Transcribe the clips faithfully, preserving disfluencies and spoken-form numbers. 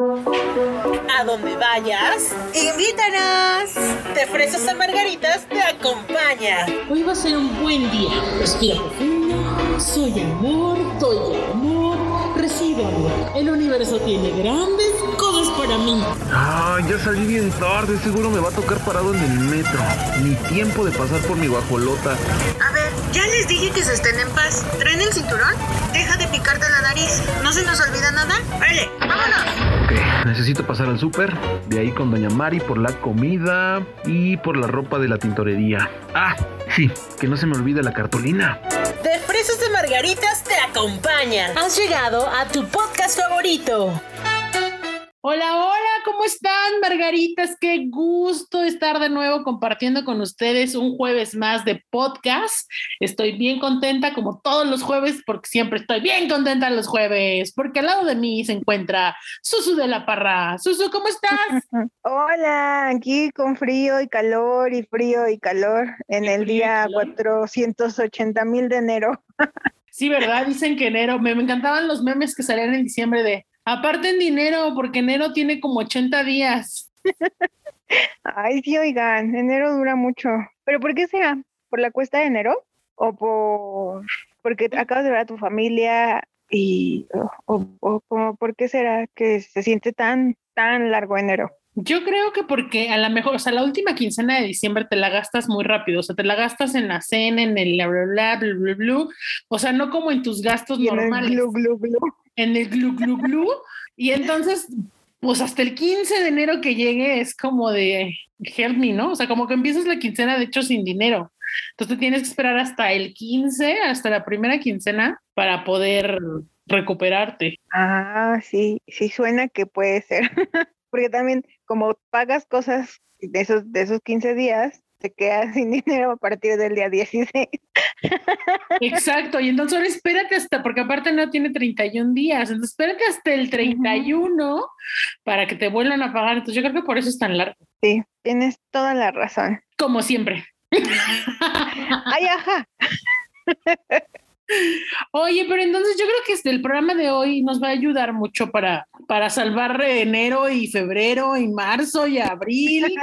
A donde vayas, invítanos. De Fresas a Margaritas te acompaña. Hoy va a ser un buen día. Respira profundo. Soy amor, doy amor, recibo amor. El universo tiene grandes cosas para mí. Ah, ya salí bien tarde. Seguro me va a tocar parado en el metro. Ni tiempo de pasar por mi guajolota. A ver, ya les dije que se estén en paz. ¿Traen el cinturón? Deja de picarte la nariz. ¿No se nos olvida nada? ¡Vale, vámonos! Ok, necesito pasar al súper. De ahí con doña Mari por la comida y por la ropa de la tintorería. Ah, sí, que no se me olvide la cartulina. De Fresas de Margaritas te acompaña. Has llegado a tu podcast favorito. Hola, hola, ¿cómo están, Margaritas? Qué gusto estar de nuevo compartiendo con ustedes un jueves más de podcast. Estoy bien contenta como todos los jueves porque siempre estoy bien contenta los jueves porque al lado de mí se encuentra Susu de la Parra. Susu, ¿cómo estás? Hola, aquí con frío y calor y frío y calor en el día cuatrocientos ochenta mil de enero. Sí, ¿verdad? Dicen que enero, me, me encantaban los memes que salían en diciembre de aparten dinero, porque enero tiene como ochenta días. Ay, sí, oigan, enero dura mucho. ¿Pero por qué será? ¿Por la cuesta de enero? ¿O por porque acabas de ver a tu familia? Y o, o, o ¿por qué será que se siente tan, tan largo enero? Yo creo que porque a lo mejor, o sea, la última quincena de diciembre te la gastas muy rápido, o sea, te la gastas en la cena, en el bla, bla, bla, bla, bla, bla, o sea, no como en tus gastos y normales. En el glu, glu, glu. En el glu, glu, glu, y entonces, pues hasta el quince de enero que llegue es como de help me, ¿no? O sea, como que empiezas la quincena, de hecho, sin dinero. Entonces tienes que esperar hasta el quince, hasta la primera quincena, para poder recuperarte. Ah, sí, sí suena que puede ser. Porque también como pagas cosas de esos, de esos quince días, te quedas sin dinero a partir del día dieciséis. Exacto, y entonces ahora espérate hasta, porque aparte no tiene treinta y un días, entonces espérate hasta el treinta y uno uh-huh. para que te vuelvan a pagar. Entonces yo creo que por eso es tan largo. Sí, tienes toda la razón. Como siempre. Ay, ajá. Oye, pero entonces yo creo que este, el programa de hoy nos va a ayudar mucho para, para salvar enero y febrero y marzo y abril.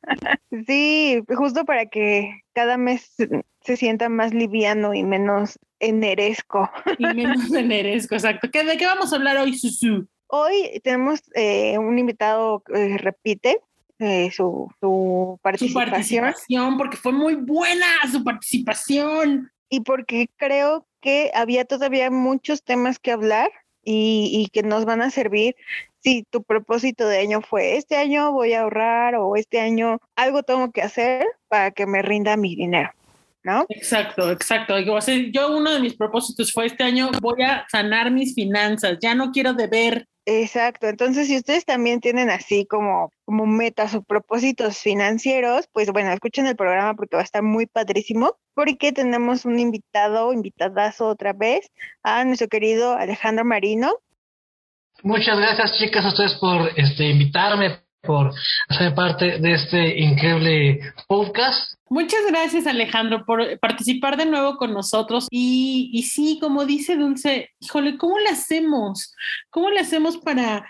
Sí, justo para que cada mes se sienta más liviano y menos eneresco. Y menos eneresco, exacto. ¿Qué, ¿De qué vamos a hablar hoy, Susu? Hoy tenemos eh, un invitado que eh, repite eh, su, su participación. Su participación, porque fue muy buena su participación. Y porque creo que había todavía muchos temas que hablar y, y que nos van a servir si tu propósito de año fue este año voy a ahorrar o este año algo tengo que hacer para que me rinda mi dinero, ¿no? Exacto, exacto. Yo uno de mis propósitos fue este año voy a sanar mis finanzas, ya no quiero deber. Exacto, entonces si ustedes también tienen así como, como metas o propósitos financieros, pues bueno, escuchen el programa porque va a estar muy padrísimo, porque tenemos un invitado, invitadazo otra vez, a nuestro querido Alejandro Marino. Muchas gracias, chicas, a ustedes por este invitarme, por ser parte de este increíble podcast. Muchas gracias, Alejandro, por participar de nuevo con nosotros. Y, y sí, como dice Dulce, híjole, ¿cómo le hacemos? ¿Cómo le hacemos para,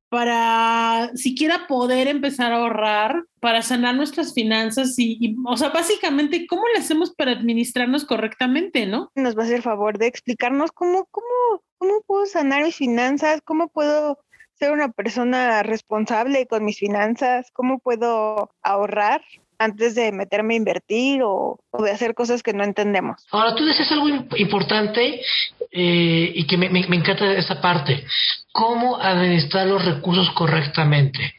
para siquiera poder empezar a ahorrar, para sanar nuestras finanzas? Y, y, o sea, básicamente, ¿cómo le hacemos para administrarnos correctamente, no? Nos va a hacer el favor de explicarnos cómo, cómo, cómo puedo sanar mis finanzas, cómo puedo ser una persona responsable con mis finanzas, cómo puedo ahorrar antes de meterme a invertir o, o de hacer cosas que no entendemos. Ahora, tú dices algo importante eh, y que me, me, me encanta esa parte. ¿Cómo administrar los recursos correctamente?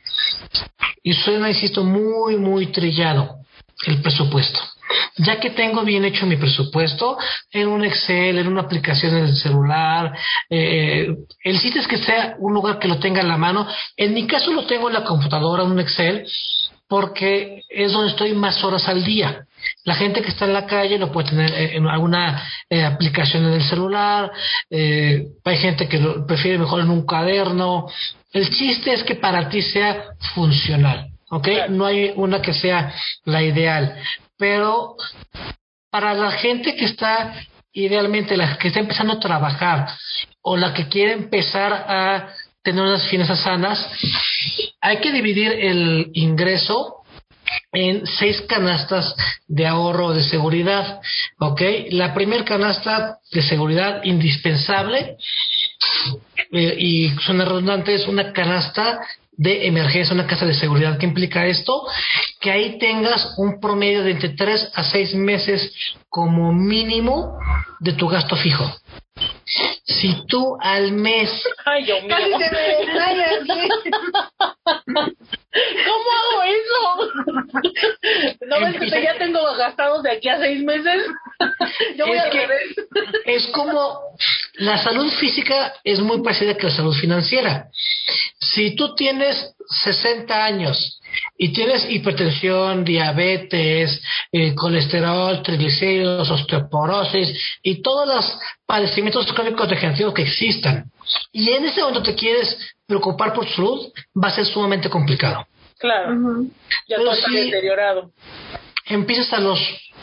Y suena, insisto, muy, muy trillado el presupuesto. Ya que tengo bien hecho mi presupuesto en un Excel, en una aplicación en el celular, eh, el sitio es que sea un lugar que lo tenga en la mano. En mi caso lo tengo en la computadora, en un Excel, porque es donde estoy más horas al día. La gente que está en la calle lo puede tener en alguna eh, aplicación en el celular, eh, hay gente que lo prefiere mejor en un cuaderno. El chiste es que para ti sea funcional, ¿ok? No hay una que sea la ideal, pero para la gente que está, idealmente la que está empezando a trabajar o la que quiere empezar a tener unas finanzas sanas, hay que dividir el ingreso en seis canastas de ahorro o de seguridad, ¿ok? La primera canasta de seguridad indispensable, eh, y suena redundante, es una canasta de emergencia, una casa de seguridad. ¿Qué implica esto? Que ahí tengas un promedio de entre tres a seis meses como mínimo de tu gasto fijo. Si tú al mes... Ay, Dios mío. Casi se me desmaya. ¿Cómo hago eso? ¿No ves que te- ya tengo gastados de aquí a seis meses? Yo voy Es al que revés. es como la salud física es muy parecida que la salud financiera. Si tú tienes sesenta años y tienes hipertensión, diabetes, eh, colesterol, triglicéridos, osteoporosis y todos los padecimientos crónicos degenerativos que existan, y en ese momento te quieres preocupar por tu salud, va a ser sumamente complicado. Claro, ya Pero todo está sí- deteriorado. Empiezas a los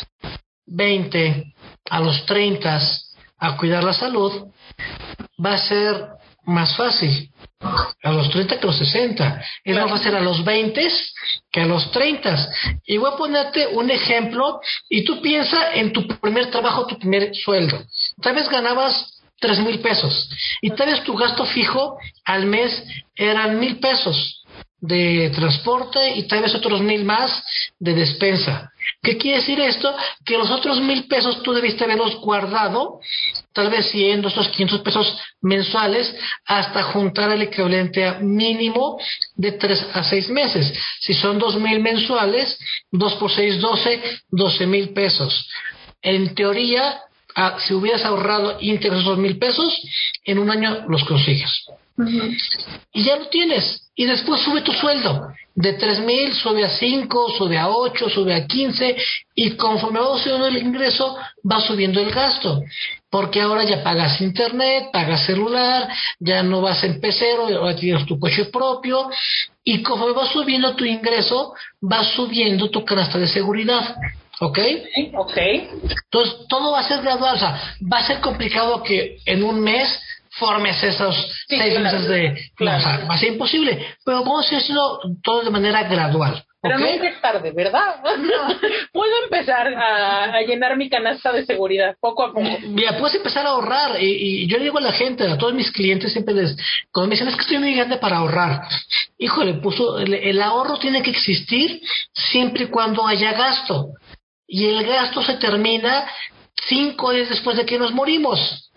veinte, a los treinta a cuidar la salud, va a ser más fácil a los treinta que a los sesenta. Es más fácil a los veinte que a los treinta. Y voy a ponerte un ejemplo, y tú piensa en tu primer trabajo, tu primer sueldo. Tal vez ganabas tres mil pesos y tal vez tu gasto fijo al mes eran mil pesos de transporte y tal vez otros mil más de despensa. ¿Qué quiere decir esto? Que los otros mil pesos tú debiste haberlos guardado, tal vez cien, doscientos, quinientos pesos mensuales, hasta juntar el equivalente a mínimo de tres a seis meses. Si son dos mil mensuales, dos por seis, doce, doce mil pesos. En teoría, ah, si hubieras ahorrado íntegros esos mil pesos, en un año los consigues. Uh-huh. Y ya lo tienes. Y después sube tu sueldo. De tres mil sube a cinco, sube a ocho, sube a quince. Y conforme va subiendo el ingreso, va subiendo el gasto. Porque ahora ya pagas internet, pagas celular, ya no vas en pecero, ahora tienes tu coche propio. Y conforme va subiendo tu ingreso, va subiendo tu canasta de seguridad. ¿Ok? Ok. Entonces, todo va a ser gradual. O sea, va a ser complicado que en un mes formes esos sí, seis claro, meses de... Claro. No, o sea, va a ser imposible. Pero vamos a hacerlo todo de manera gradual. Pero ¿okay? nunca es tarde, ¿verdad? No. Puedo empezar a, a llenar mi canasta de seguridad, poco a poco. Mira, puedes empezar a ahorrar. Y, y yo le digo a la gente, a todos mis clientes, siempre les... Cuando me dicen, es que estoy muy grande para ahorrar. Híjole, puso, el, el ahorro tiene que existir siempre y cuando haya gasto. Y el gasto se termina cinco días después de que nos morimos.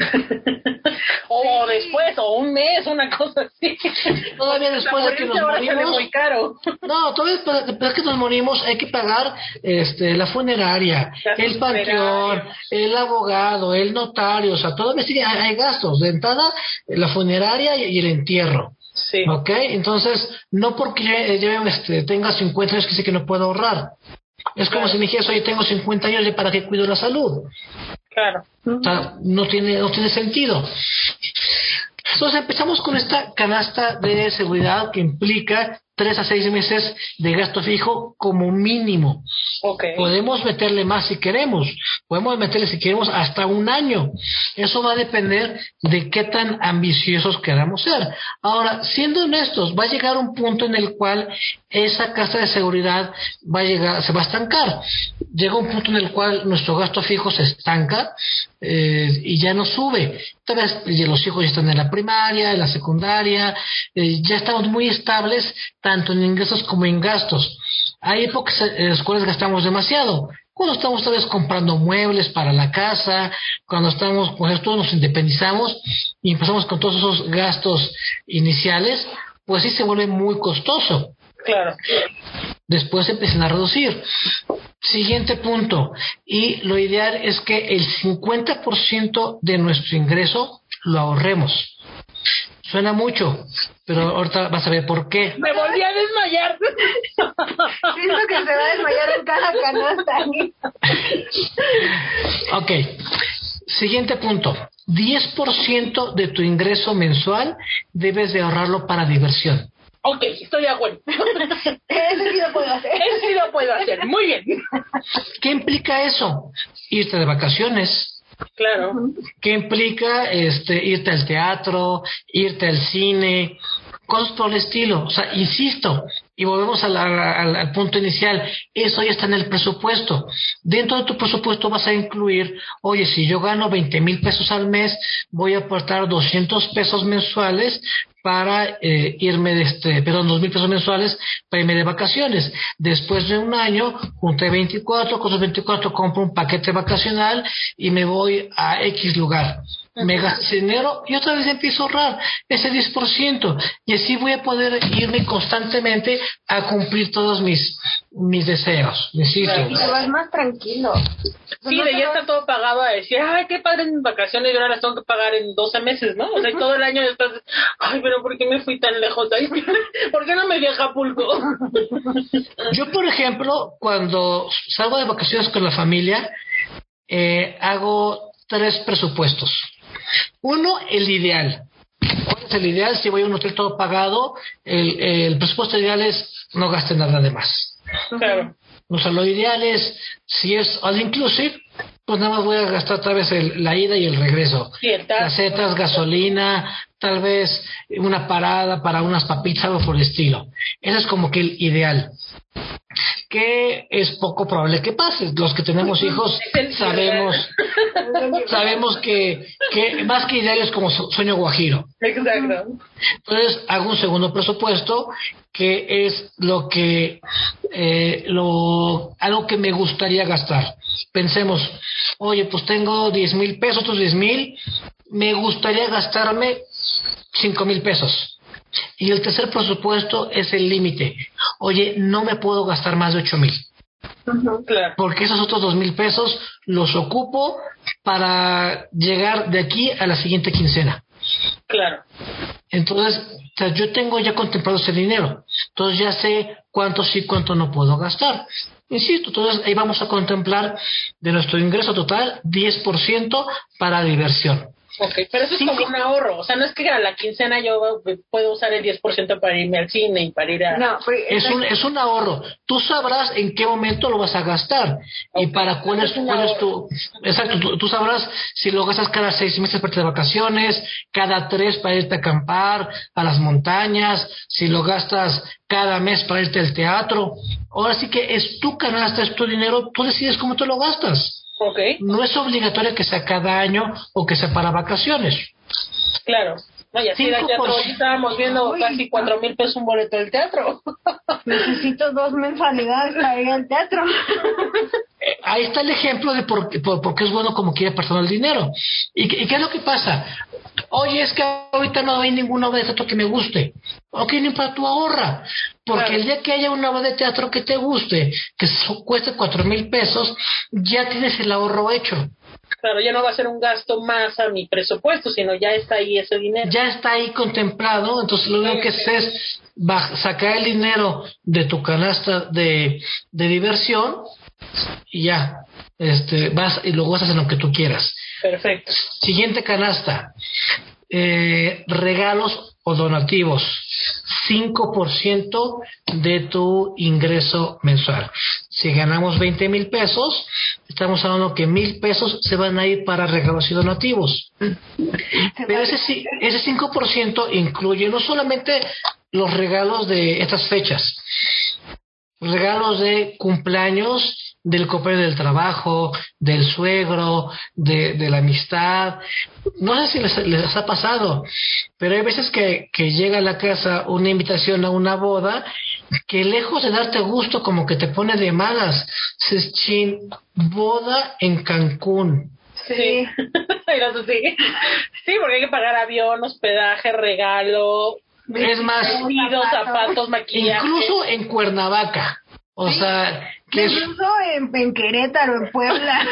O después, o un mes, una cosa así. Todavía después de que nos morimos. Muy caro. No, todavía después de que nos morimos hay que pagar este, la funeraria, la el panteón, funeraria. El abogado, el notario, o sea, todavía sigue, hay, hay gastos. De entrada, la funeraria y el entierro. Sí. ¿Ok? Entonces, no porque yo, yo este, tenga cincuenta años que sé que no puedo ahorrar. Es como claro. Si me dijeras, oye, tengo cincuenta años, ¿de para qué cuido la salud? Claro. O sea, no tiene, no tiene sentido. Entonces empezamos con esta canasta de seguridad que implica tres a seis meses de gasto fijo como mínimo. Okay. Podemos meterle más si queremos, podemos meterle si queremos hasta un año. Eso va a depender de qué tan ambiciosos queramos ser. Ahora, siendo honestos, va a llegar un punto en el cual esa casa de seguridad va a llegar, se va a estancar. Llega un punto en el cual nuestro gasto fijo se estanca eh, y ya no sube. Tal vez los hijos ya están en la primaria, en la secundaria, eh, ya estamos muy estables tanto en ingresos como en gastos. Hay épocas en las cuales gastamos demasiado. Cuando estamos tal vez comprando muebles para la casa, cuando estamos, pues todos nos independizamos y empezamos con todos esos gastos iniciales, pues sí se vuelve muy costoso. Claro. Después empiezan a reducir. Siguiente punto. Y lo ideal es que el cincuenta por ciento de nuestro ingreso lo ahorremos. Suena mucho, pero ahorita vas a ver por qué. Me volví a desmayar. Siento que se va a desmayar en cada canasta. Ok. Siguiente punto. diez por ciento de tu ingreso mensual debes de ahorrarlo para diversión. Ok, estoy de acuerdo. Eso sí lo puedo hacer. Eso sí lo puedo hacer. Muy bien. ¿Qué implica eso? Irte de vacaciones, Claro. Que implica este irte al teatro, irte al cine, cosas por el estilo. O sea, insisto, y volvemos a la, al, al punto inicial, eso ya está en el presupuesto. Dentro de tu presupuesto vas a incluir, oye, si yo gano veinte mil pesos al mes, voy a aportar doscientos pesos mensuales para eh, irme de este, perdón, dos mil pesos mensuales para irme de vacaciones. Después de un año, junté veinticuatro, con esos veinticuatro compro un paquete vacacional y me voy a X lugar. Me gasto ese dinero y otra vez empiezo a ahorrar ese diez por ciento y así voy a poder irme constantemente a cumplir todos mis mis deseos, insisto. Y te vas más tranquilo. Sí, de ya está todo pagado a decir, ay, qué padre en vacaciones y ahora las tengo que pagar en doce meses, ¿no? O sea, todo el año estás, ay, pero ¿por qué me fui tan lejos? Ay, ¿por qué no me fui a Acapulco? Yo, por ejemplo, cuando salgo de vacaciones con la familia, eh, hago tres presupuestos. Uno, el ideal. ¿Cuál es el ideal? Si voy a un hotel todo pagado, el, el presupuesto ideal es no gaste nada de más. Claro. O sea, lo ideal es, si es all inclusive, pues nada más voy a gastar otra vez el, la ida y el regreso. Sí, el taxi. Casetas, gasolina, tal vez una parada para unas papitas, algo por el estilo. Ese es como que el ideal. Que es poco probable que pase. Los que tenemos hijos sabemos sabemos que, que más que ideal es como sueño guajiro. Exacto. Entonces hago un segundo presupuesto que es lo que eh, lo algo que me gustaría gastar. Pensemos, oye, pues tengo diez mil pesos, otros diez mil, me gustaría gastarme cinco mil pesos. Y el tercer presupuesto es el límite. Oye, no me puedo gastar más de ocho mil. Uh-huh, claro. Porque esos otros dos mil pesos los ocupo para llegar de aquí a la siguiente quincena. Claro. Entonces, o sea, yo tengo ya contemplado ese dinero. Entonces ya sé cuánto sí, cuánto no puedo gastar. Insisto, entonces ahí vamos a contemplar de nuestro ingreso total diez por ciento para diversión. Ok, pero eso es Cinco. como un ahorro. O sea, no es que a la quincena yo puedo usar el diez por ciento para irme al cine y para ir a... No, porque Es un, es un ahorro. Tú sabrás en qué momento lo vas a gastar y para cuál es, Es un cuál es ahorro. tu... Exacto, tú, tú sabrás si lo gastas cada seis meses para irte de vacaciones, cada tres para irte a acampar, a las montañas, si lo gastas cada mes para irte al teatro. Ahora sí que es tu canasta, es tu dinero, tú decides cómo te lo gastas. Ok, No es obligatorio que sea cada año o que sea para vacaciones. claro. No, y así Cinco al teatro, por- hoy estábamos viendo Uy, casi cuatro mil pesos un boleto del teatro. necesito dos mensualidades para ir al teatro. Eh, Ahí está el ejemplo de por, por, por qué es bueno como quiere personal el dinero. ¿Y, qué- ¿Y qué es lo que pasa? Oye, es que ahorita no hay ninguna obra de teatro que me guste. Ok, ni para tu ahorra. Porque Claro. el día que haya una obra de teatro que te guste, que so- cueste cuatro mil pesos, ya tienes el ahorro hecho. Claro, ya no va a ser un gasto más a mi presupuesto, sino ya está ahí ese dinero. Ya está ahí contemplado, entonces lo único que haces es baj- sacar el dinero de tu canasta de, de diversión y ya, este, vas y lo gastas en lo que tú quieras. Perfecto. Siguiente canasta, eh, regalos o donativos, cinco por ciento de tu ingreso mensual. Si ganamos veinte mil pesos, estamos hablando que mil pesos se van a ir para regalos y donativos. Pero ese, ci- ese cinco por ciento incluye no solamente los regalos de estas fechas, regalos de cumpleaños, del compañero del trabajo, del suegro, de, de la amistad. No sé si les, les ha pasado, pero hay veces que, que llega a la casa una invitación a una boda que lejos de darte gusto como que te pone de malas. Dices, chin, boda en Cancún. Sí. Y los así. Sí, porque hay que pagar avión, hospedaje, regalo, Es más, vestidos, zapatos, maquillaje. incluso en Cuernavaca. O sea, que es, Incluso en, en Querétaro, en Puebla.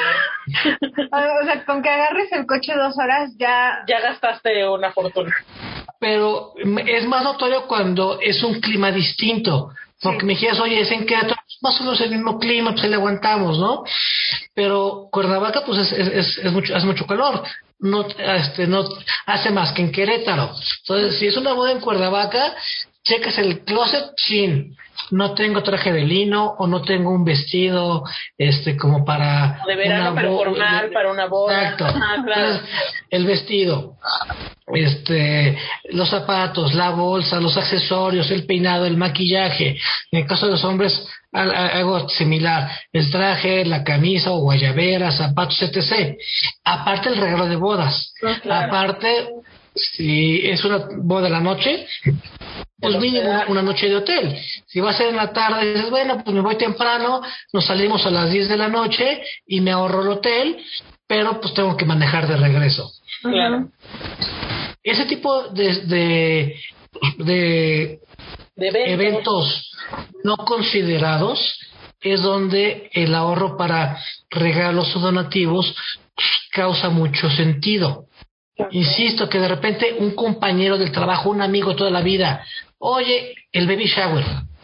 O sea, con que agarres el coche dos horas ya... Ya gastaste una fortuna. pero es más notorio cuando es un clima distinto. Porque Sí. me dijeras, oye, es en Querétaro, más o menos el mismo clima, pues ahí le aguantamos, ¿no? Pero Cuernavaca, pues es, es, es, es mucho, hace mucho calor. No, este, no hace más que en Querétaro. Entonces, si es una boda en Cuernavaca, checas el closet, chin. no tengo traje de lino o no tengo un vestido este como para de verano, pero formal, de, para una boda. Exacto. Ah, claro. Entonces, el vestido, este, los zapatos, la bolsa, los accesorios, el peinado, el maquillaje. En el caso de los hombres, algo similar, el traje, la camisa o guayabera, zapatos, etcétera. Aparte el regalo de bodas. Ah, claro. Aparte, si es una boda de la noche, pues mínimo una, una noche de hotel. Si va a ser en la tarde, dices, bueno, pues me voy temprano, nos salimos a las diez de la noche y me ahorro el hotel, pero pues tengo que manejar de regreso. Claro. Ese tipo de, de, de, de eventos. eventos no considerados es donde el ahorro para regalos o donativos causa mucho sentido. Insisto que de repente un compañero del trabajo, un amigo toda la vida, oye, el baby shower,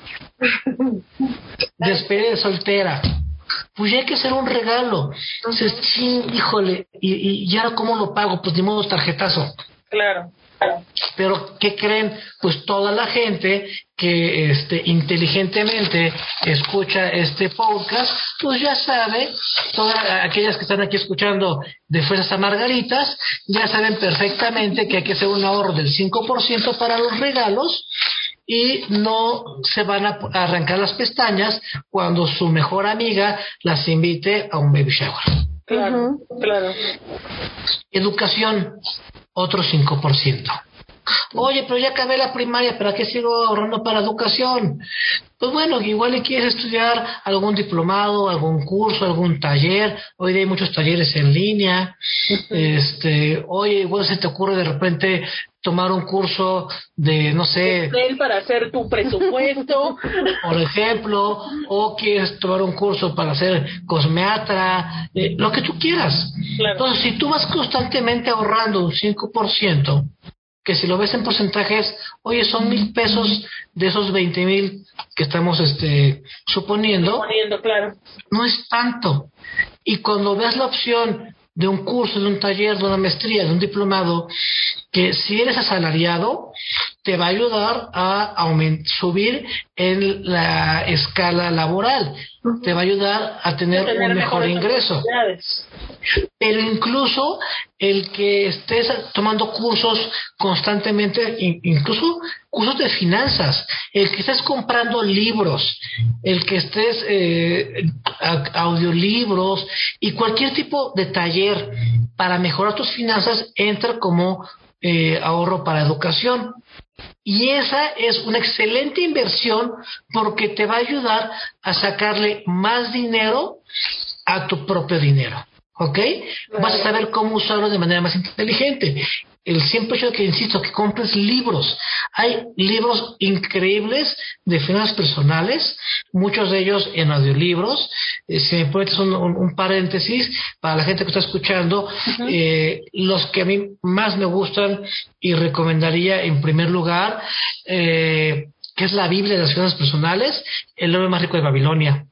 despedida de soltera, pues ya hay que hacer un regalo. Dices, sí, híjole, y, y ya cómo lo pago, pues ni modo tarjetazo. Claro. Pero ¿qué creen? Pues toda la gente que este inteligentemente escucha este podcast, pues ya sabe, todas aquellas que están aquí escuchando de Fresas a Margaritas, ya saben perfectamente que hay que hacer un ahorro del cinco por ciento para los regalos y no se van a arrancar las pestañas cuando su mejor amiga las invite a un baby shower. Claro, uh-huh. Claro. Educación, otro cinco por ciento. Oye, pero ya acabé la primaria, ¿para qué sigo ahorrando para educación? Pues bueno, igual le quieres estudiar algún diplomado, algún curso, algún taller. Hoy día hay muchos talleres en línea. Uh-huh. Este, oye, igual se te ocurre de repente tomar un curso de, no sé... Excel para hacer tu presupuesto. Por ejemplo, o quieres tomar un curso para ser cosmeatra, eh, lo que tú quieras. Claro. Entonces, si tú vas constantemente ahorrando un cinco por ciento, que si lo ves en porcentajes, oye, son mil pesos de esos veinte mil que estamos este suponiendo, suponiendo, claro. No es tanto. Y cuando veas la opción de un curso, de un taller, de una maestría, de un diplomado, que si eres asalariado, te va a ayudar a aument- subir en la escala laboral, uh-huh. Te va a ayudar a tener, a tener un mejor ingreso. Pero incluso el que estés tomando cursos constantemente, incluso cursos de finanzas, el que estés comprando libros, el que estés eh, audiolibros y cualquier tipo de taller para mejorar tus finanzas entra como eh, ahorro para educación. Y esa es una excelente inversión porque te va a ayudar a sacarle más dinero a tu propio dinero. ¿Ok? Vale. Vas a saber cómo usarlo de manera más inteligente. El simple hecho de que, insisto, que compres libros. Hay libros increíbles de finanzas personales, muchos de ellos en audiolibros. Eh, si me permites un, un, un paréntesis, para la gente que está escuchando, uh-huh. eh, los que a mí más me gustan y recomendaría en primer lugar, eh, que es la Biblia de las finanzas personales, El hombre más rico de Babilonia.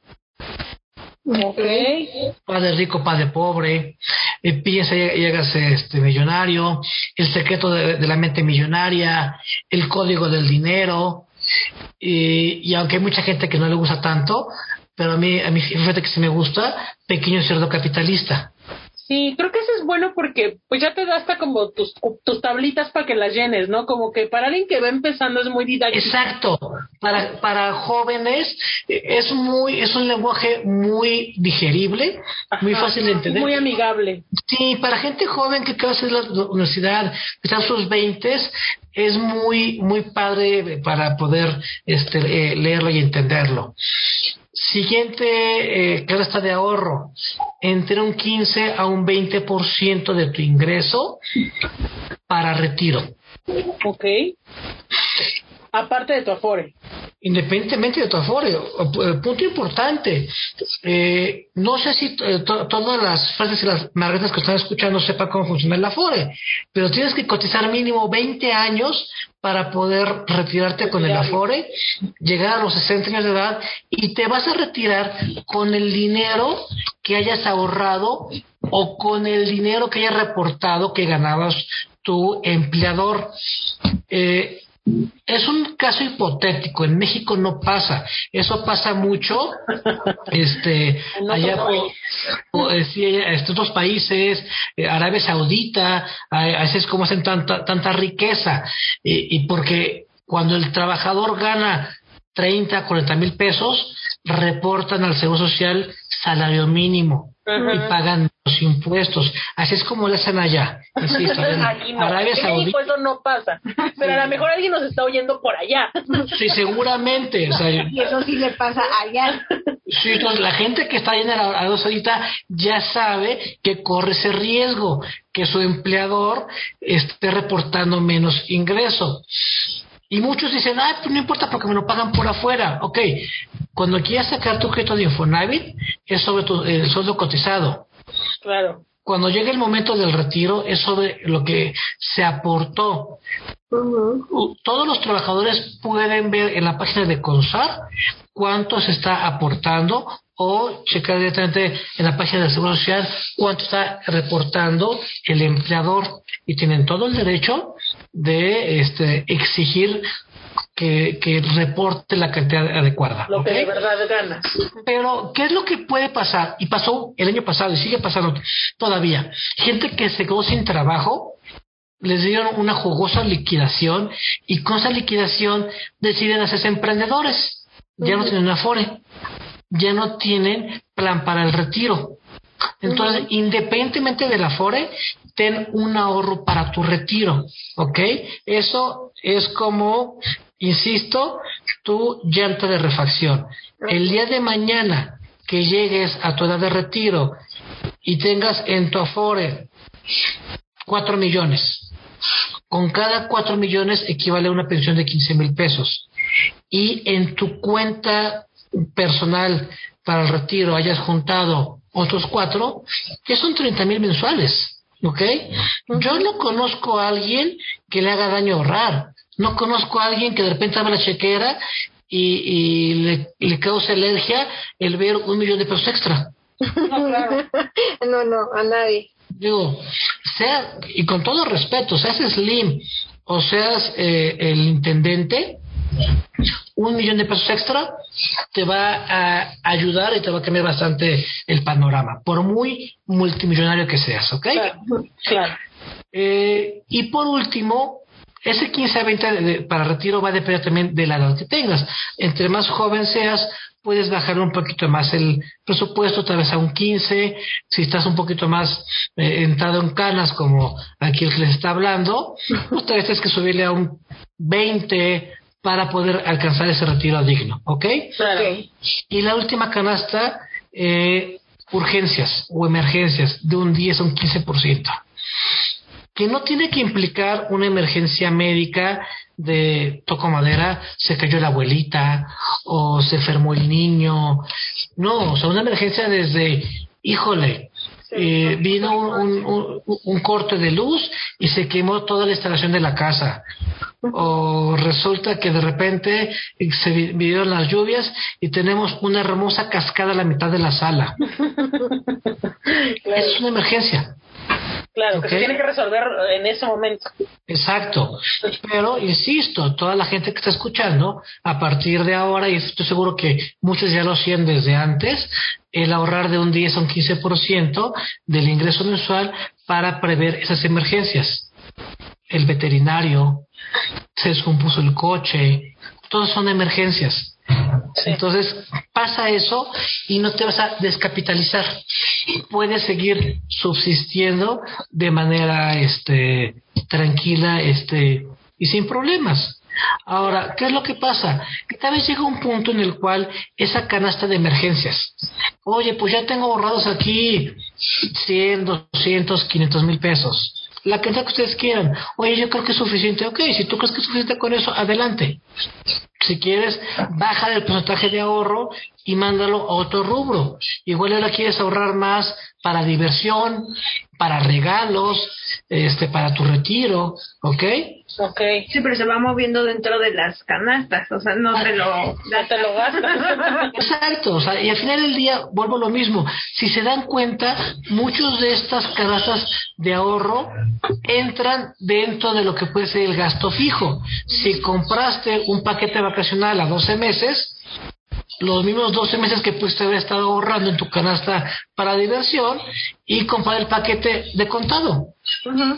Okay. Padre rico, padre pobre, eh, piensa y hágase este millonario, El secreto de, de la mente millonaria, El código del dinero, y, y aunque hay mucha gente que no le gusta tanto, pero a mí, a mí fíjate que sí me gusta, Pequeño cerdo capitalista. Sí, creo que eso es bueno porque pues ya te da hasta como tus, tus tablitas para que las llenes, ¿no? Como que para alguien que va empezando es muy didáctico. Exacto, para para jóvenes es muy es un lenguaje muy digerible, Ajá, muy fácil de entender. Muy amigable. Sí, para gente joven que acaba de hacer la universidad, que está en sus veintes, es muy muy padre para poder este eh, leerlo y entenderlo. Siguiente eh, canasta de ahorro, entre un quince a un veinte por ciento de tu ingreso para retiro. Ok. Aparte de tu Afore. Independientemente de tu Afore, punto importante, eh, no sé si eh, to- todas las frases y las margaritas que están escuchando sepan cómo funciona el Afore, pero tienes que cotizar mínimo veinte años para poder retirarte con el Afore, llegar a los sesenta años de edad y te vas a retirar con el dinero que hayas ahorrado o con el dinero que hayas reportado que ganabas tu empleador. Eh, es un caso hipotético. En México no pasa. Eso pasa mucho. Este, En allá otros por eh, sí, este, otros países, eh, Arabia Saudita, a veces es como hacen tanta tanta riqueza y, y porque cuando el trabajador gana treinta, cuarenta mil pesos, reportan al Seguro Social salario mínimo. Uh-huh. Y pagan los impuestos. Así es como lo hacen allá. Insisto, en Aquí no. Arabia en Saudita. México eso no pasa. Pero a lo mejor alguien nos está oyendo por allá. Sí, seguramente. O sea, y eso sí le pasa allá. Sí, entonces la gente que está allá en Arabia Saudita ya sabe que corre ese riesgo, que su empleador esté reportando menos ingreso. Y muchos dicen, ah, pues no importa porque me lo pagan por afuera. Ok, cuando quieras sacar tu crédito de Infonavit, es sobre tu, el sueldo cotizado. Claro. Cuando llegue el momento del retiro, es sobre lo que se aportó. Uh-huh. Todos los trabajadores pueden ver en la página de CONSAR cuánto se está aportando o checar directamente en la página del Seguro Social cuánto está reportando el empleador, y tienen todo el derecho de este, exigir que, que reporte la cantidad adecuada. Lo ¿okay? que de verdad gana. Pero, ¿qué es lo que puede pasar? Y pasó el año pasado y sigue pasando todavía. Gente que se quedó sin trabajo, les dieron una jugosa liquidación y con esa liquidación deciden hacerse emprendedores. Ya uh-huh. no tienen Afore, ya no tienen plan para el retiro. Entonces, uh-huh. independientemente del Afore, ten un ahorro para tu retiro, ¿ok? Eso es como, insisto, tu llanta de refacción. El día de mañana que llegues a tu edad de retiro y tengas en tu Afore cuatro millones, con cada cuatro millones equivale a una pensión de quince mil pesos, y en tu cuenta personal para el retiro hayas juntado otros cuatro, que son treinta mil mensuales, ¿ok? Uh-huh. Yo no conozco a alguien que le haga daño ahorrar, no conozco a alguien que de repente abra la chequera y, y le, le cause alergia el ver un millón de pesos extra. No, claro. No, no, a nadie. Digo, sea, y con todo respeto, seas Slim o seas eh, el intendente, un millón de pesos extra te va a ayudar y te va a cambiar bastante el panorama, por muy multimillonario que seas, ¿ok? Claro, claro. Eh, y por último, ese quince a veinte de, de, para retiro va a depender también de la edad que tengas. Entre más joven seas, puedes bajar un poquito más el presupuesto, tal vez a un quince. Si estás un poquito más eh, entrado en canas, como aquí el que les está hablando, pues tal vez tienes que subirle a un veinte para poder alcanzar ese retiro digno, ¿ok? Claro. Y la última canasta, eh, urgencias o emergencias, de un diez a un quince por ciento. Que no tiene que implicar una emergencia médica de toco madera, se cayó la abuelita o se enfermó el niño. No, o sea, una emergencia desde, híjole, eh, vino un, un, un, un corte de luz y se quemó toda la instalación de la casa. O resulta que de repente se vinieron las lluvias y tenemos una hermosa cascada a la mitad de la sala. Claro. Es una emergencia. Claro, ¿okay? Que se tiene que resolver en ese momento. Exacto. Pero, insisto, toda la gente que está escuchando, a partir de ahora, y estoy seguro que muchos ya lo hacían desde antes, el ahorrar de un diez a un quince por ciento del ingreso mensual para prever esas emergencias. El veterinario, se descompuso el coche, todos son emergencias. Sí. Entonces pasa eso y no te vas a descapitalizar, puedes seguir subsistiendo de manera este tranquila este y sin problemas. Ahora, ¿qué es lo que pasa? Que tal vez llega un punto en el cual esa canasta de emergencias, oye, pues ya tengo ahorrados aquí cien, doscientos, quinientos mil pesos, la cantidad que ustedes quieran. Oye, yo creo que es suficiente. Ok, si tú crees que es suficiente con eso, adelante. Si quieres, baja el porcentaje de ahorro y mándalo a otro rubro. Igual ahora quieres ahorrar más para diversión, para regalos, este, para tu retiro, ¿ok? Ok. Sí, pero se va moviendo dentro de las canastas, o sea, no te lo, Ya te lo gastas. Exacto, o sea, y al final del día vuelvo a lo mismo. Si se dan cuenta, muchos de estas canastas de ahorro entran dentro de lo que puede ser el gasto fijo. Si compraste un paquete vacacional a doce meses, los mismos doce meses que pudiste haber estado ahorrando en tu canasta para diversión y comprar el paquete de contado. Uh-huh.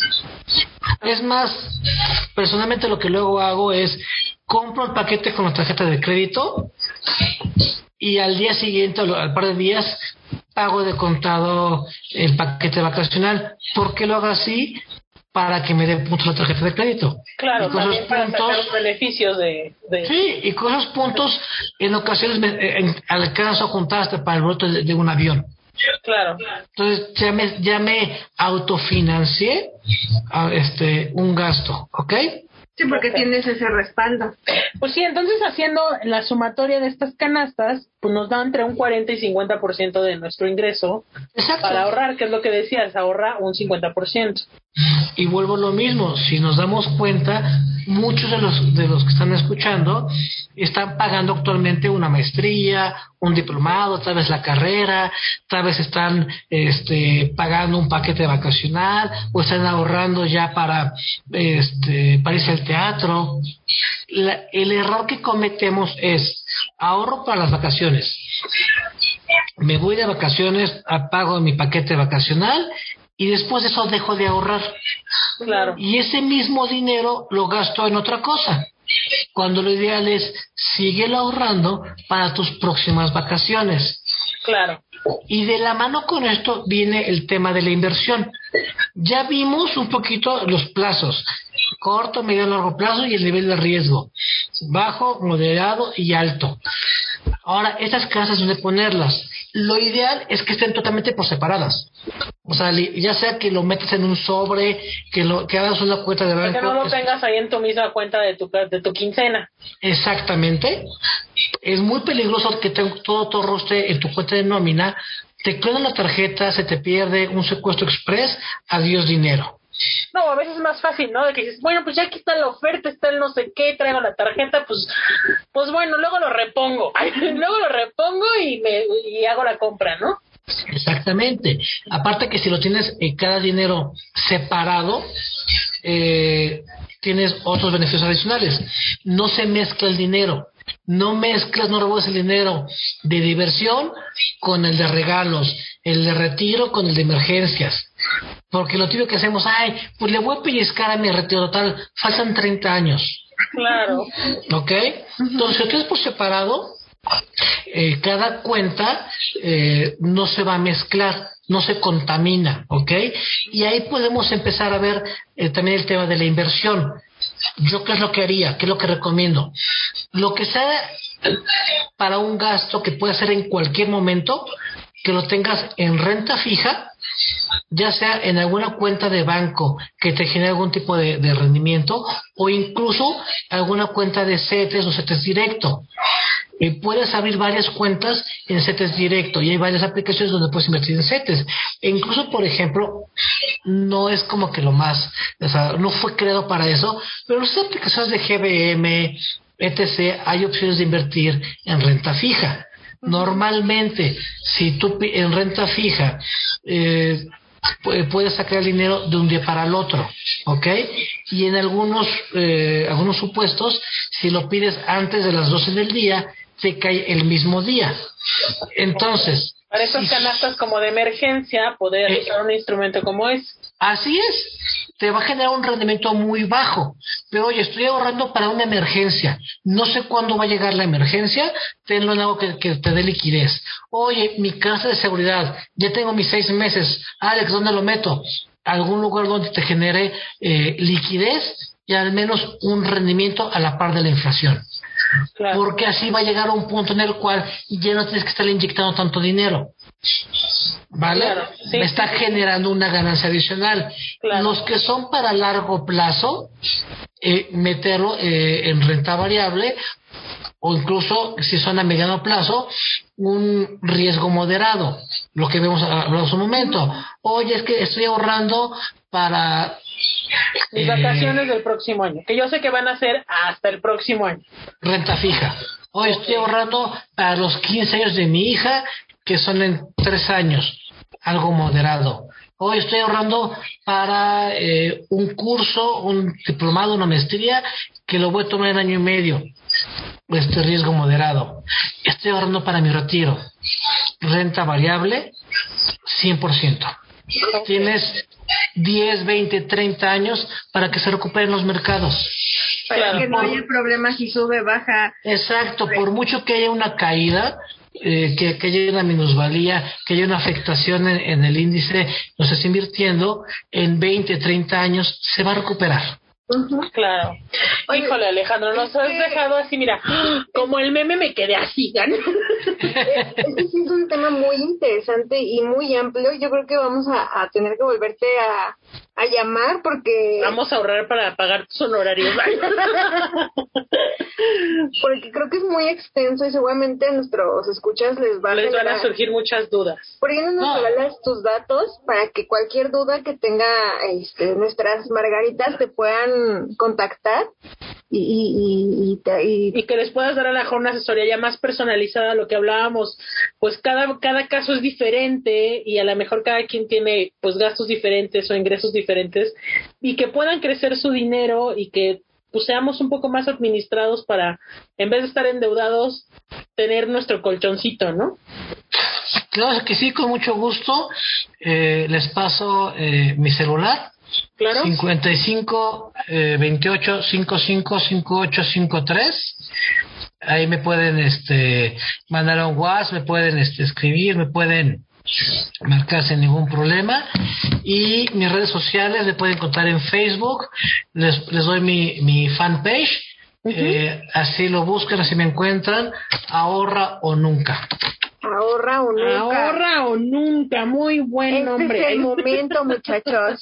Es más, personalmente lo que luego hago es compro el paquete con la tarjeta de crédito y al día siguiente, al par de días, pago de contado el paquete vacacional. ¿Por qué lo hago así? Para que me dé puntos la tarjeta de crédito. Claro, y con también esos para puntos, sacar los beneficios de, de... Sí, y con esos puntos en ocasiones me en, alcanzo a juntar hasta para el boleto de, de un avión. Claro. Entonces ya me, ya me autofinancié a, este, un gasto, ¿ok? sí, porque Ok. tienes ese respaldo. Pues sí, entonces haciendo la sumatoria de estas canastas, pues nos da entre un cuarenta y cincuenta por ciento de nuestro ingreso Exacto. para ahorrar, que es lo que decías, ahorra un cincuenta por ciento. Y vuelvo a lo mismo, si nos damos cuenta, muchos de los de los que están escuchando están pagando actualmente una maestría, un diplomado, tal vez la carrera, tal vez están este pagando un paquete vacacional o están ahorrando ya para este para irse al teatro. La, el error que cometemos es ahorro para las vacaciones. Me voy de vacaciones, pago mi paquete vacacional y después de eso dejo de ahorrar. Claro. Y ese mismo dinero lo gasto en otra cosa. Cuando lo ideal es síguelo ahorrando para tus próximas vacaciones. Claro. Y de la mano con esto viene el tema de la inversión. Ya vimos un poquito los plazos, corto, medio, largo plazo y el nivel de riesgo, bajo, moderado y alto. Ahora, estas casas, ¿dónde ponerlas? Lo ideal es que estén totalmente por separadas. O sea, ya sea que lo metas en un sobre, que lo que hagas una cuenta de Para banco. que no lo es- tengas ahí en tu misma cuenta de tu de tu quincena. Exactamente. Es muy peligroso que te- todo todo esté en tu cuenta de nómina. Te clonan la tarjeta, se te pierde un secuestro express, adiós dinero. No, a veces es más fácil, ¿no? De que dices, bueno, pues ya aquí está la oferta, está el no sé qué, traigo la tarjeta, pues pues bueno, luego lo repongo. Luego lo repongo y me y hago la compra, ¿no? Exactamente. Aparte que si lo tienes eh, cada dinero separado, eh, tienes otros beneficios adicionales. No se mezcla el dinero. No mezclas, no revuelves el dinero de diversión con el de regalos, el de retiro con el de emergencias. Porque lo típico que hacemos, ay, pues le voy a pellizcar a mi retiro total, faltan treinta años. Claro. ¿Ok? Entonces, si lo tienes por separado, eh, cada cuenta eh, no se va a mezclar, no se contamina, ¿ok? Y ahí podemos empezar a ver eh, también el tema de la inversión. ¿Yo qué es lo que haría? ¿Qué es lo que recomiendo? Lo que sea para un gasto que puede ser en cualquier momento, que lo tengas en renta fija, ya sea en alguna cuenta de banco que te genere algún tipo de, de rendimiento o incluso alguna cuenta de CETES o CETES directo. Eh, puedes abrir varias cuentas en CETES directo y hay varias aplicaciones donde puedes invertir en CETES. E incluso, por ejemplo, no es como que lo más, o sea, no fue creado para eso, pero las aplicaciones de G B M, etcétera, hay opciones de invertir en renta fija. Normalmente, si tú pi- en renta fija eh, pu- puedes sacar el dinero de un día para el otro, ¿ok? Y en algunos eh, algunos supuestos, si lo pides antes de las doce del día, te cae el mismo día. Entonces, Para esas si- canastas como de emergencia, poder Eh, usar un instrumento como ese. así es, te va a generar un rendimiento muy bajo. Pero oye, estoy ahorrando para una emergencia. No sé cuándo va a llegar la emergencia, tenlo en algo que, que te dé liquidez. Oye, mi casa de seguridad, ya tengo mis seis meses. Alex, ¿dónde lo meto? Algún lugar donde te genere eh, liquidez y al menos un rendimiento a la par de la inflación. Claro. Porque así va a llegar a un punto en el cual ya no tienes que estarle inyectando tanto dinero. ¿Vale? Claro, sí, Me está sí, sí. generando una ganancia adicional. Claro. Los que son para largo plazo, eh, meterlo eh, en renta variable o incluso si son a mediano plazo, un riesgo moderado, lo que vemos hablado hace un momento. Oye, es que estoy ahorrando para mis eh, vacaciones del próximo año, que yo sé que van a ser hasta el próximo año. Renta fija. Hoy okay. Estoy ahorrando para los quince años de mi hija, que son en tres años, algo moderado. Hoy estoy ahorrando para eh, un curso, un diplomado, una maestría, que lo voy a tomar en año y medio. Este riesgo moderado. Estoy ahorrando para mi retiro. Renta variable, cien por ciento. Okay. Tienes diez, veinte, treinta años para que se recuperen los mercados. Para claro, que no por... haya problemas si sube, baja. Exacto, por mucho que haya una caída, eh, que, que haya una minusvalía, que haya una afectación en, en el índice, nos está invirtiendo, en veinte, treinta años se va a recuperar. Uh-huh. Claro. Oye, híjole, Alejandro, nos es has que... dejado así, mira, como el meme me quedé así, ¿gan? Este sí es un tema muy interesante y muy amplio. Yo creo que vamos a, a tener que volverte a, a llamar porque... Vamos a ahorrar para pagar tus honorarios. Porque creo que es muy extenso y seguramente a nuestros escuchas les va a les van a surgir muchas dudas. ¿Por qué no nos no. regalas tus datos para que cualquier duda que tenga este, nuestras margaritas te puedan contactar y, y, y, te, y... y que les puedas dar a la mejor una asesoría ya más personalizada a lo que hablábamos? Pues cada, cada caso es diferente y a lo mejor cada quien tiene pues gastos diferentes o ingresos diferentes y que puedan crecer su dinero y que pues seamos un poco más administrados para, en vez de estar endeudados, tener nuestro colchoncito, ¿no? Claro que sí, con mucho gusto. Eh, les paso eh, mi celular. Claro. cincuenta y cinco, eh, veintiocho, cincuenta y cinco, cincuenta y ocho, cincuenta y tres. Ahí me pueden este mandar un WhatsApp, me pueden este escribir, me pueden marcar sin ningún problema. Y mis redes sociales me pueden encontrar en Facebook. Les, les doy mi, mi fanpage. Uh-huh. Eh, así lo buscan, así me encuentran. Ahorra o nunca. Ahorra o nunca. Ahorra o nunca. Muy buen este nombre. Este es el momento, muchachos.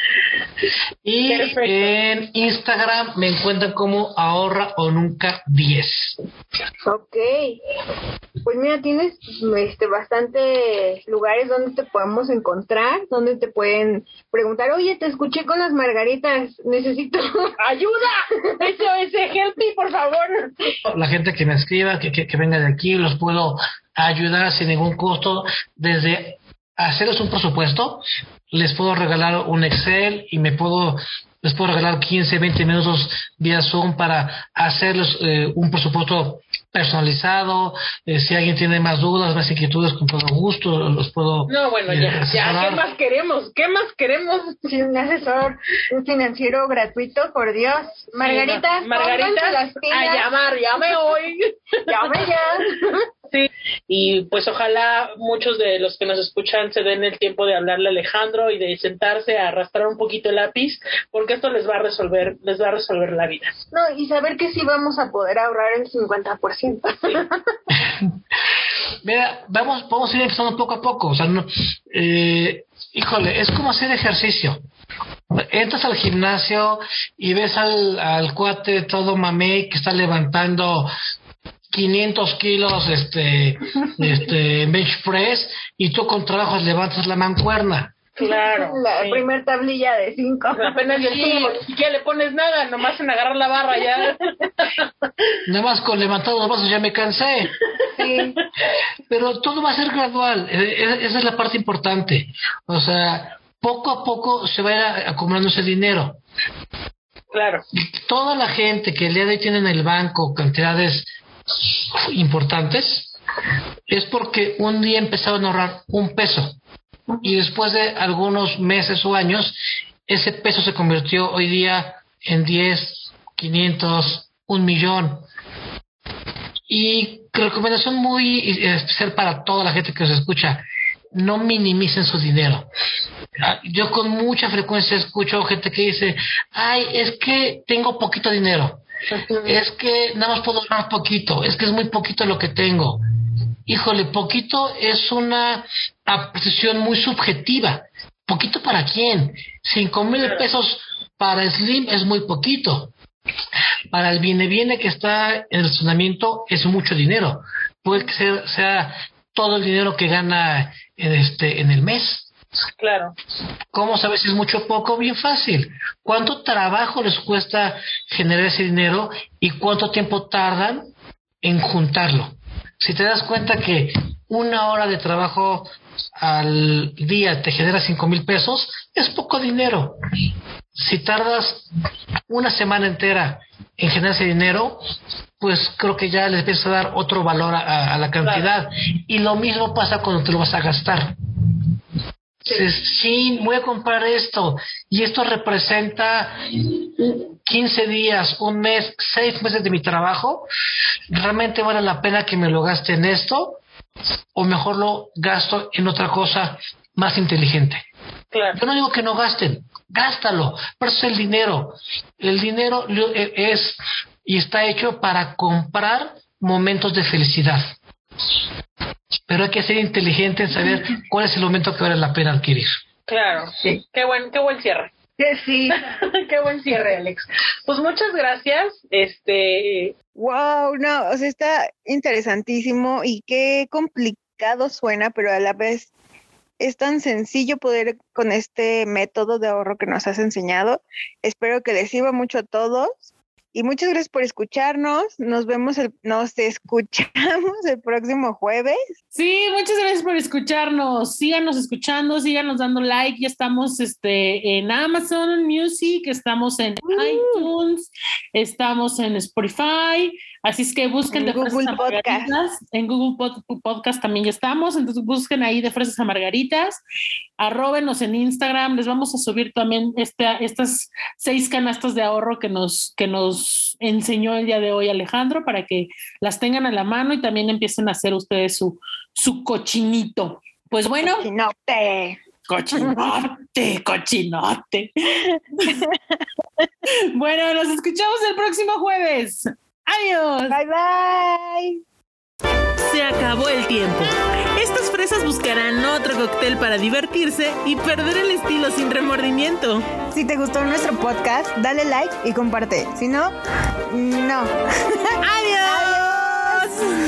Y perfecto. En Instagram me encuentran como ahorra o nunca diez. Ok. Pues mira, tienes este bastantes lugares donde te podemos encontrar, donde te pueden preguntar, oye, te escuché con las margaritas, necesito ayuda, eso es help me, por favor. La gente que me escriba, que, que, que venga de aquí, los puedo ayudar sin ningún costo, desde hacerles un presupuesto, les puedo regalar un Excel y me puedo les puedo regalar quince, veinte minutos vía Zoom para hacerles eh, un presupuesto personalizado. Eh, si alguien tiene más dudas, más inquietudes, con todo gusto los puedo no bueno eh, ya, ya, ¿qué más queremos? ¿Qué más queremos? Sí, un asesor un financiero gratuito, por Dios. Margarita, sí, Margarita, las pilas. A llamar, llame hoy. Llame ya. Sí, y pues ojalá muchos de los que nos escuchan se den el tiempo de hablarle a Alejandro y de sentarse a arrastrar un poquito el lápiz, porque esto les va a resolver, les va a resolver la vida. No, y saber que sí vamos a poder ahorrar el cincuenta por ciento. Sí. Mira, vamos, vamos a ir empezando poco a poco, o sea, no, eh, híjole, es como hacer ejercicio. Entras al gimnasio y ves al, al cuate todo mamey que está levantando quinientos kilos este este bench press y tú con trabajos levantas la mancuerna. Claro. La sí. primer tablilla de cinco. Apenas el cinco, ni siquiera le pones nada, nomás en agarrar la barra ya. Nomás con levantar los brazos ya me cansé. Sí. Pero todo va a ser gradual, esa es la parte importante. O sea, poco a poco se va a ir acumulando ese dinero. Claro. Toda la gente que el día de hoy tiene en el banco cantidades importantes es porque un día empezaron a ahorrar un peso y después de algunos meses o años ese peso se convirtió hoy día en diez, quinientos, un millón. Y recomendación muy especial para toda la gente que nos escucha: no minimicen su dinero. Yo con mucha frecuencia escucho gente que dice, ay, es que tengo poquito dinero, es que nada más puedo ahorrar poquito, es que es muy poquito lo que tengo. Híjole, poquito es una apreciación muy subjetiva. ¿Poquito para quién? Cinco mil pesos para Slim es muy poquito, para el viene viene que está en el estacionamiento es mucho dinero. Puede que sea, sea todo el dinero que gana en este en el mes. Claro. ¿Cómo sabes si es mucho o poco? Bien fácil. ¿Cuánto trabajo les cuesta generar ese dinero y cuánto tiempo tardan en juntarlo? Si te das cuenta que una hora de trabajo al día te genera cinco mil pesos, es poco dinero. Si tardas una semana entera en generar ese dinero, pues creo que ya les empieza a dar otro valor a, a la cantidad. Claro. Y lo mismo pasa cuando te lo vas a gastar. Dices, sí, voy a comprar esto y esto representa quince días, un mes, seis meses de mi trabajo. ¿Realmente vale la pena que me lo gaste en esto? ¿O mejor lo gasto en otra cosa más inteligente? Claro. Yo no digo que no gasten, gástalo, pero eso es el dinero. El dinero es y está hecho para comprar momentos de felicidad. Pero hay que ser inteligente en saber cuál es el momento que vale la pena adquirir. Claro, sí. Qué buen, qué buen cierre. Sí. Qué buen cierre, Alex. Pues muchas gracias. Este. Wow, no, o sea, está interesantísimo y qué complicado suena, pero a la vez es tan sencillo poder con este método de ahorro que nos has enseñado. Espero que les sirva mucho a todos. Y muchas gracias por escucharnos. Nos vemos, el, nos escuchamos el próximo jueves. Sí, muchas gracias por escucharnos. Síganos escuchando, síganos dando like. Ya estamos este, en Amazon Music, estamos en uh. iTunes, estamos en Spotify. Así es que busquen en de Google Fresas a Margaritas. Podcast. En Google Pod- Podcast también ya estamos. Entonces busquen ahí de Fresas a Margaritas. Arróbenos en Instagram. Les vamos a subir también este, estas seis canastas de ahorro que nos, que nos enseñó el día de hoy Alejandro, para que las tengan a la mano y también empiecen a hacer ustedes su, su cochinito. Pues bueno. Cochinote. Cochinote, cochinote. Bueno, nos escuchamos el próximo jueves. Adiós. Bye, bye. Se acabó el tiempo. Estas fresas buscarán otro cóctel para divertirse y perder el estilo sin remordimiento. Si te gustó nuestro podcast, dale like y comparte. Si no, no. ¡Adiós! ¡Adiós!